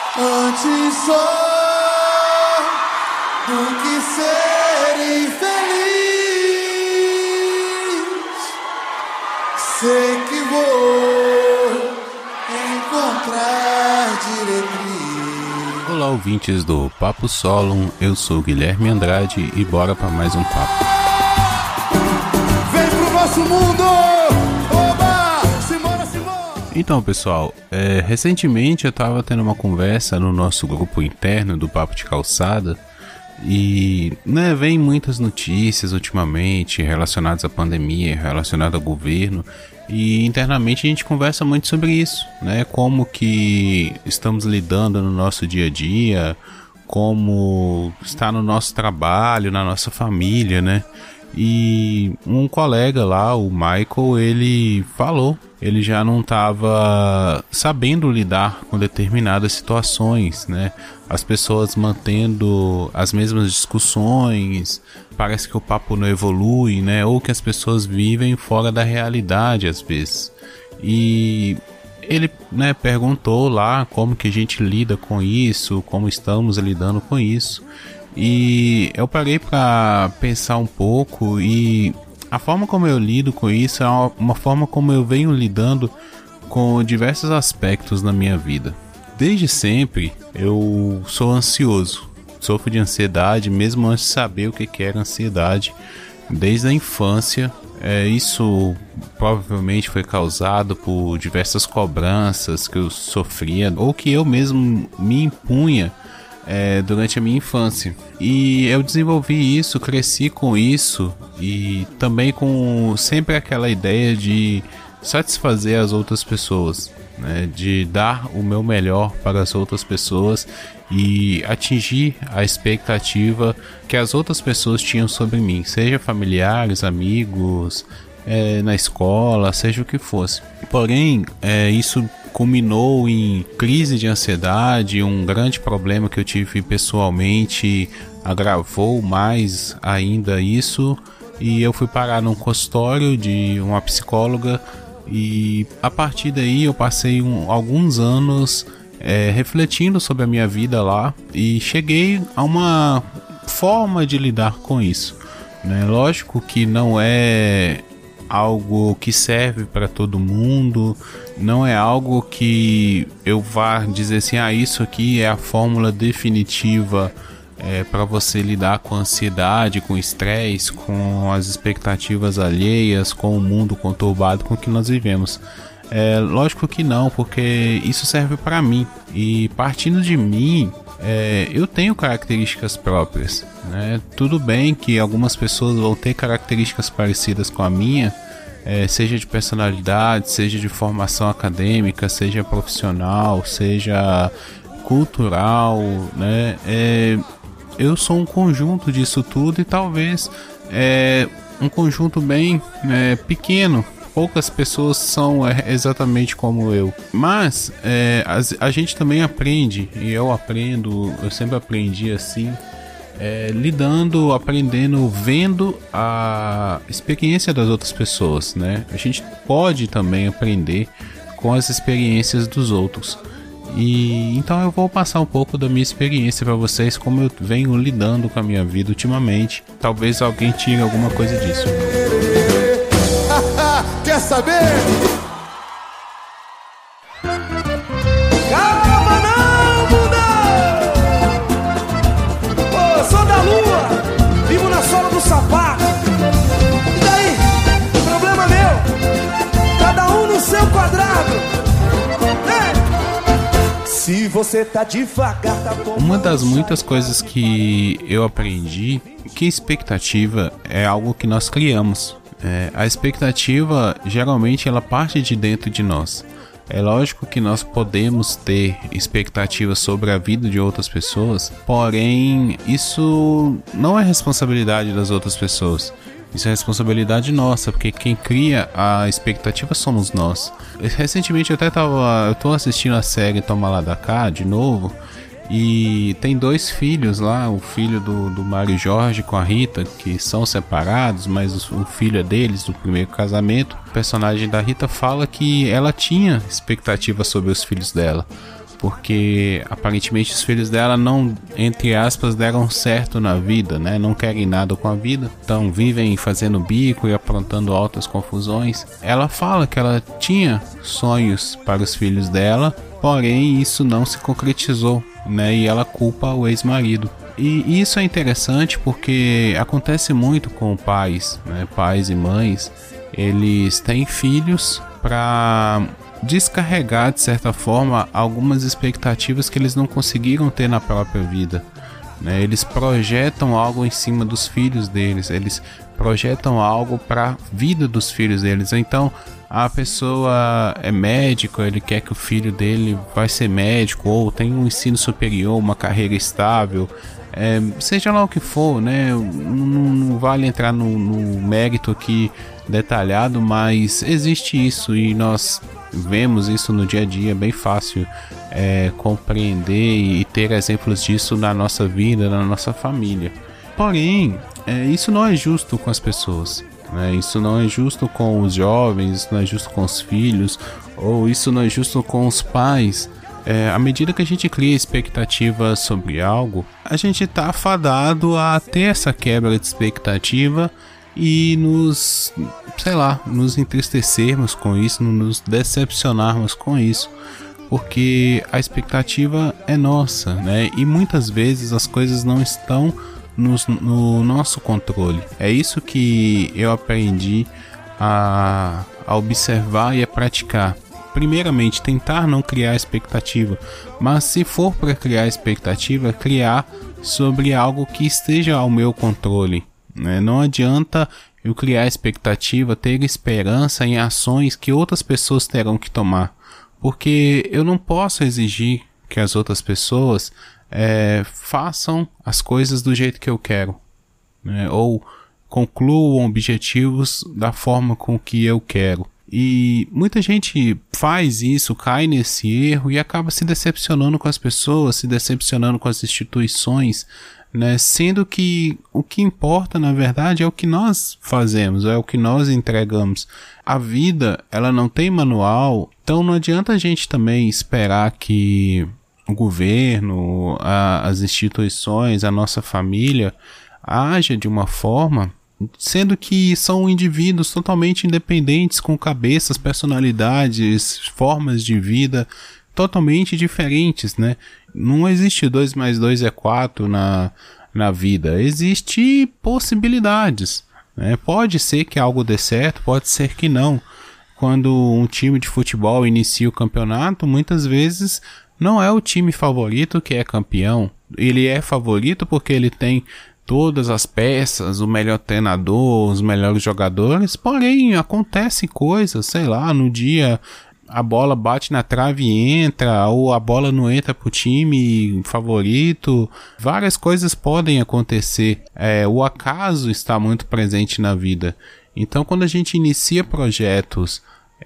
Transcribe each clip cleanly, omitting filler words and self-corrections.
Antes só do que ser infeliz, sei que vou encontrar diretriz. Olá, ouvintes do Papo Solon, eu sou Guilherme Andrade e bora para mais um papo. Vem pro nosso mundo! Oba! Simona! Então, pessoal, recentemente eu estava tendo uma conversa no nosso grupo interno do Papo de Calçada e vem muitas notícias ultimamente relacionadas à pandemia, relacionadas ao governo, e internamente a gente conversa muito sobre isso, como que estamos lidando no nosso dia a dia, como está no nosso trabalho, na nossa família, E um colega lá, o Michael, ele falou, ele já não estava sabendo lidar com determinadas situações, As pessoas mantendo as mesmas discussões, parece que o papo não evolui, Ou que as pessoas vivem fora da realidade às vezes. E ele, perguntou lá como que a gente lida com isso, como estamos lidando com isso. E eu parei para pensar um pouco e a forma como eu lido com isso é uma forma como eu venho lidando com diversos aspectos na minha vida. Desde sempre eu sou ansioso, sofro de ansiedade mesmo antes de saber o que era ansiedade, desde a infância. Isso provavelmente foi causado por diversas cobranças que eu sofria ou que eu mesmo me impunha durante a minha infância. E eu desenvolvi isso, cresci com isso e também com sempre aquela ideia de satisfazer as outras pessoas, de dar o meu melhor para as outras pessoas e atingir a expectativa que as outras pessoas tinham sobre mim, seja familiares, amigos, na escola, seja o que fosse. Porém, isso culminou em crise de ansiedade, um grande problema que eu tive pessoalmente agravou mais ainda isso, e eu fui parar num consultório de uma psicóloga, e a partir daí eu passei alguns anos refletindo sobre a minha vida lá e cheguei a uma forma de lidar com isso, Lógico que não é algo que serve para todo mundo, não é algo que eu vá dizer assim, isso aqui é a fórmula definitiva para você lidar com a ansiedade, com o estresse, com as expectativas alheias, com o mundo conturbado com que nós vivemos. Lógico que não, porque isso serve para mim, e partindo de mim, eu tenho características próprias, Tudo bem que algumas pessoas vão ter características parecidas com a minha, seja de personalidade, seja de formação acadêmica, seja profissional, seja cultural, eu sou um conjunto disso tudo, e talvez um conjunto bem pequeno. Poucas pessoas são exatamente como eu, mas a gente também aprende, e eu sempre aprendi assim, lidando, aprendendo, vendo a experiência das outras pessoas, A gente pode também aprender com as experiências dos outros. E então eu vou passar um pouco da minha experiência para vocês, como eu venho lidando com a minha vida ultimamente. Talvez alguém tire alguma coisa disso. Quer saber? Calma não, bunda! Pô, sou da lua, vivo na sola do sapato. E daí? Problema meu, cada um no seu quadrado. Se você tá devagar, tá tomando. Uma das muitas coisas que eu aprendi, que expectativa é algo que nós criamos. A expectativa geralmente ela parte de dentro de nós. É lógico que nós podemos ter expectativas sobre a vida de outras pessoas, porém isso não é responsabilidade das outras pessoas. Isso é responsabilidade nossa, porque quem cria a expectativa somos nós. Recentemente eu tô assistindo a série Toma Lá da Cá de novo, e tem dois filhos lá, o filho do Mário Jorge com a Rita, que são separados, mas o filho é deles, do primeiro casamento. O personagem da Rita fala que ela tinha expectativa sobre os filhos dela, porque aparentemente os filhos dela não, entre aspas, deram certo na vida, né? Não querem nada com a vida, então vivem fazendo bico e aprontando altas confusões. Ela fala que ela tinha sonhos para os filhos dela, porém isso não se concretizou, né? E ela culpa o ex-marido. E isso é interessante porque acontece muito com pais, né? Pais e mães, eles têm filhos para descarregar, de certa forma, algumas expectativas que eles não conseguiram ter na própria vida, né? Eles projetam algo em cima dos filhos deles, eles projetam algo para a vida dos filhos deles. Então, a pessoa é médico, ele quer que o filho dele vai ser médico, ou tem um ensino superior, uma carreira estável, seja lá o que for, né? Não vale entrar no mérito aqui detalhado, mas existe isso e nós vemos isso no dia a dia, é bem fácil compreender e ter exemplos disso na nossa vida, na nossa família. Porém, isso não é justo com as pessoas, né? Isso não é justo com os jovens, isso não é justo com os filhos, ou isso não é justo com os pais. À medida que a gente cria expectativa sobre algo, a gente está afadado a ter essa quebra de expectativa e nos entristecermos com isso, nos decepcionarmos com isso, porque a expectativa é nossa, né? E muitas vezes as coisas não estão no nosso controle. É isso que eu aprendi a observar e a praticar. Primeiramente, tentar não criar expectativa, mas se for para criar expectativa, criar sobre algo que esteja ao meu controle, né? Não adianta eu criar expectativa, ter esperança em ações que outras pessoas terão que tomar, porque eu não posso exigir que as outras pessoas façam as coisas do jeito que eu quero, né? Ou concluam objetivos da forma com que eu quero. E muita gente faz isso, cai nesse erro e acaba se decepcionando com as pessoas, se decepcionando com as instituições, né? Sendo que o que importa, na verdade, é o que nós fazemos, é o que nós entregamos. A vida, ela não tem manual, então não adianta a gente também esperar que o governo, as instituições, a nossa família haja de uma forma, sendo que são indivíduos totalmente independentes, com cabeças, personalidades, formas de vida totalmente diferentes, né? Não existe 2 mais 2 é 4 na vida, existe possibilidades, né? Pode ser que algo dê certo, pode ser que não. Quando um time de futebol inicia o campeonato, muitas vezes não é o time favorito que é campeão, ele é favorito porque ele tem todas as peças, o melhor treinador, os melhores jogadores, porém acontece coisas, sei lá, no dia a bola bate na trave e entra, ou a bola não entra pro time favorito, várias coisas podem acontecer, o acaso está muito presente na vida. Então quando a gente inicia projetos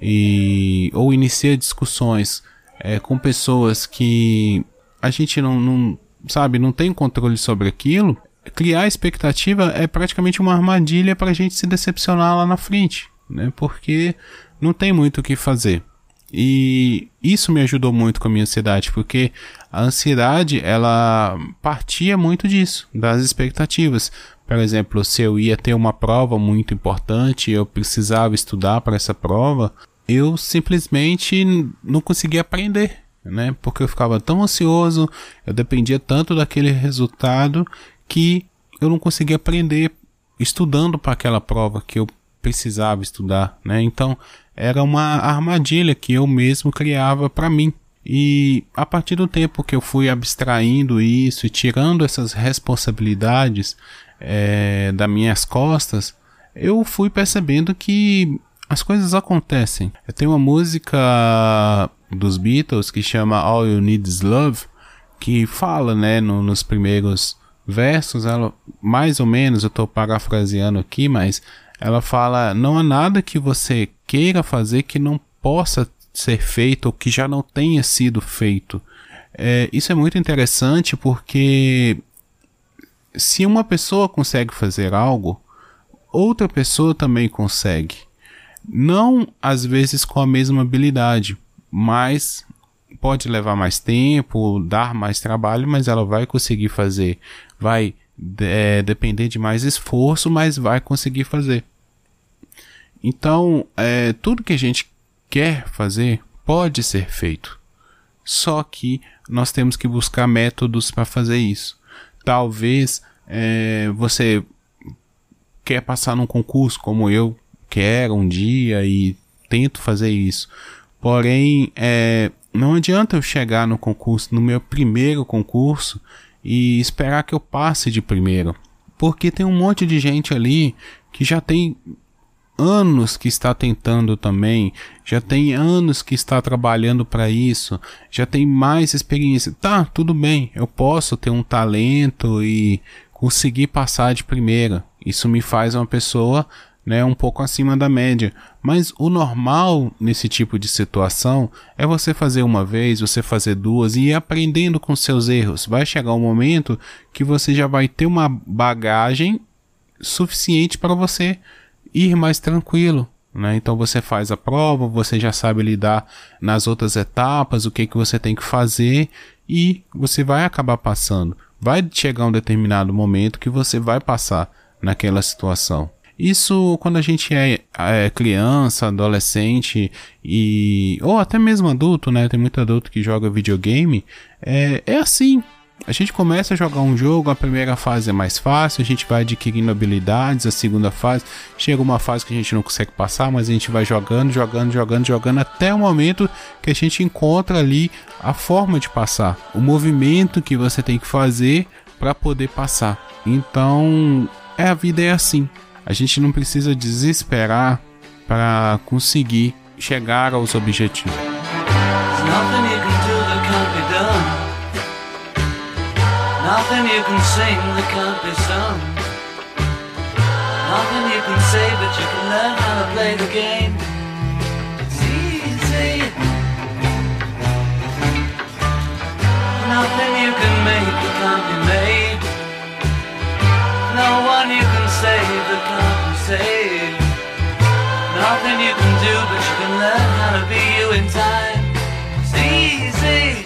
ou inicia discussões com pessoas que a gente não tem controle sobre aquilo, criar expectativa é praticamente uma armadilha para a gente se decepcionar lá na frente, né? Porque não tem muito o que fazer. E isso me ajudou muito com a minha ansiedade, porque a ansiedade, ela partia muito disso, das expectativas. Por exemplo, se eu ia ter uma prova muito importante, eu precisava estudar para essa prova, eu simplesmente não conseguia aprender, né? Porque eu ficava tão ansioso, eu dependia tanto daquele resultado que eu não conseguia aprender estudando para aquela prova que eu precisava estudar, né? Então era uma armadilha que eu mesmo criava para mim. E a partir do tempo que eu fui abstraindo isso e tirando essas responsabilidades das minhas costas, eu fui percebendo que as coisas acontecem. Eu tenho uma música dos Beatles que chama All You Need Is Love, que fala, né, nos primeiros versos, ela, mais ou menos, eu estou parafraseando aqui, mas ela fala: não há nada que você queira fazer que não possa ser feito ou que já não tenha sido feito. Isso é muito interessante porque se uma pessoa consegue fazer algo, outra pessoa também consegue. Não às vezes com a mesma habilidade, mas pode levar mais tempo, dar mais trabalho, mas ela vai conseguir fazer. Vai depender de mais esforço, mas vai conseguir fazer. Então, tudo que a gente quer fazer pode ser feito. Só que nós temos que buscar métodos para fazer isso. Talvez você quer passar num concurso como eu quero um dia e tento fazer isso. Porém, não adianta eu chegar no concurso, no meu primeiro concurso, e esperar que eu passe de primeiro. Porque tem um monte de gente ali que já tem anos que está tentando também, já tem anos que está trabalhando para isso, já tem mais experiência. Tá, tudo bem, eu posso ter um talento e conseguir passar de primeira. Isso me faz uma pessoa, né, um pouco acima da média. Mas o normal nesse tipo de situação é você fazer uma vez, você fazer duas e ir aprendendo com seus erros. Vai chegar um momento que você já vai ter uma bagagem suficiente para você ir mais tranquilo, né? Então você faz a prova, você já sabe lidar nas outras etapas, o que você tem que fazer e você vai acabar passando. Vai chegar um determinado momento que você vai passar naquela situação. Isso quando a gente é criança, adolescente ou até mesmo adulto, né? Tem muito adulto que joga videogame. É assim. A gente começa a jogar um jogo, a primeira fase é mais fácil, a gente vai adquirindo habilidades, a segunda fase, chega uma fase que a gente não consegue passar, mas a gente vai jogando até o momento que a gente encontra ali a forma de passar, o movimento que você tem que fazer para poder passar. Então, a vida é assim. A gente não precisa desesperar para conseguir chegar aos objetivos. Nothing you can sing that can't be sung. Nothing you can say, but you can learn how to play the game. It's easy. Nothing you can make that can't be made. No one you can save that can't be saved. Nothing you can do, but you can learn how to be you in time. It's easy.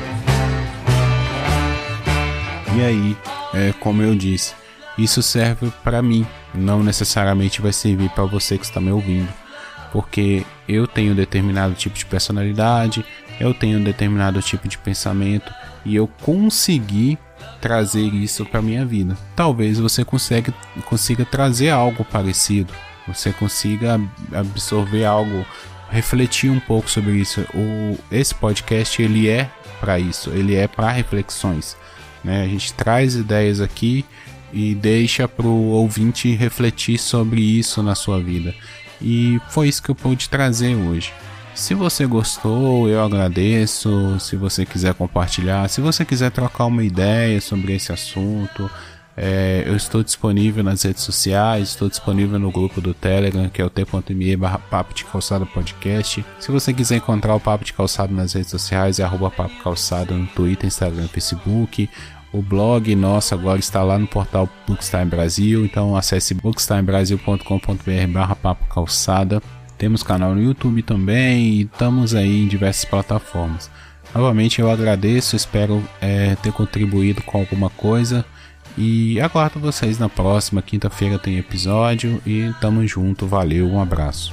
E aí, como eu disse, isso serve para mim, não necessariamente vai servir para você que está me ouvindo, porque eu tenho determinado tipo de personalidade, eu tenho determinado tipo de pensamento e eu consegui trazer isso para minha vida. Talvez você consiga trazer algo parecido, você consiga absorver algo, refletir um pouco sobre isso. Esse podcast ele é para isso, ele é para reflexões. A gente traz ideias aqui e deixa para o ouvinte refletir sobre isso na sua vida. E foi isso que eu pude trazer hoje. Se você gostou, eu agradeço. Se você quiser compartilhar, se você quiser trocar uma ideia sobre esse assunto, eu estou disponível nas redes sociais, estou disponível no grupo do Telegram, que é o t.me/Papo de Calçada Podcast. Se você quiser encontrar o Papo de Calçada nas redes sociais, é @Papo Calçada no Twitter, Instagram, Facebook. O blog nosso agora está lá no portal Bookstime Brasil, então acesse bookstimebrasil.com.br/Papo Calçada. Temos canal no YouTube também e estamos aí em diversas plataformas. Novamente eu agradeço, espero ter contribuído com alguma coisa e aguardo vocês na próxima quinta-feira, tem episódio e tamo junto, valeu, um abraço.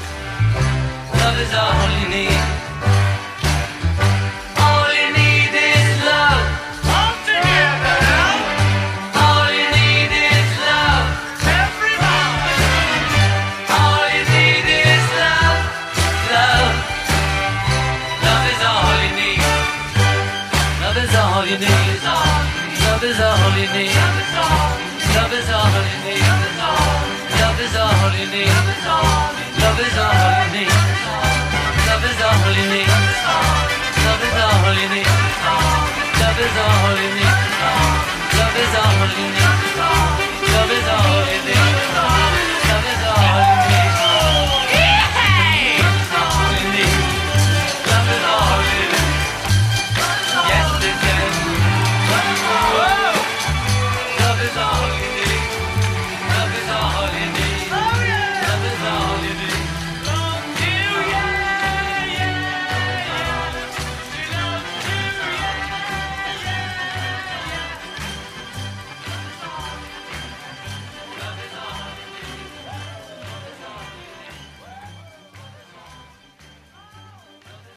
Love is all you need. Love is all you need. Love is all you need. Love is all you need. Love is all you need. Love is all you need.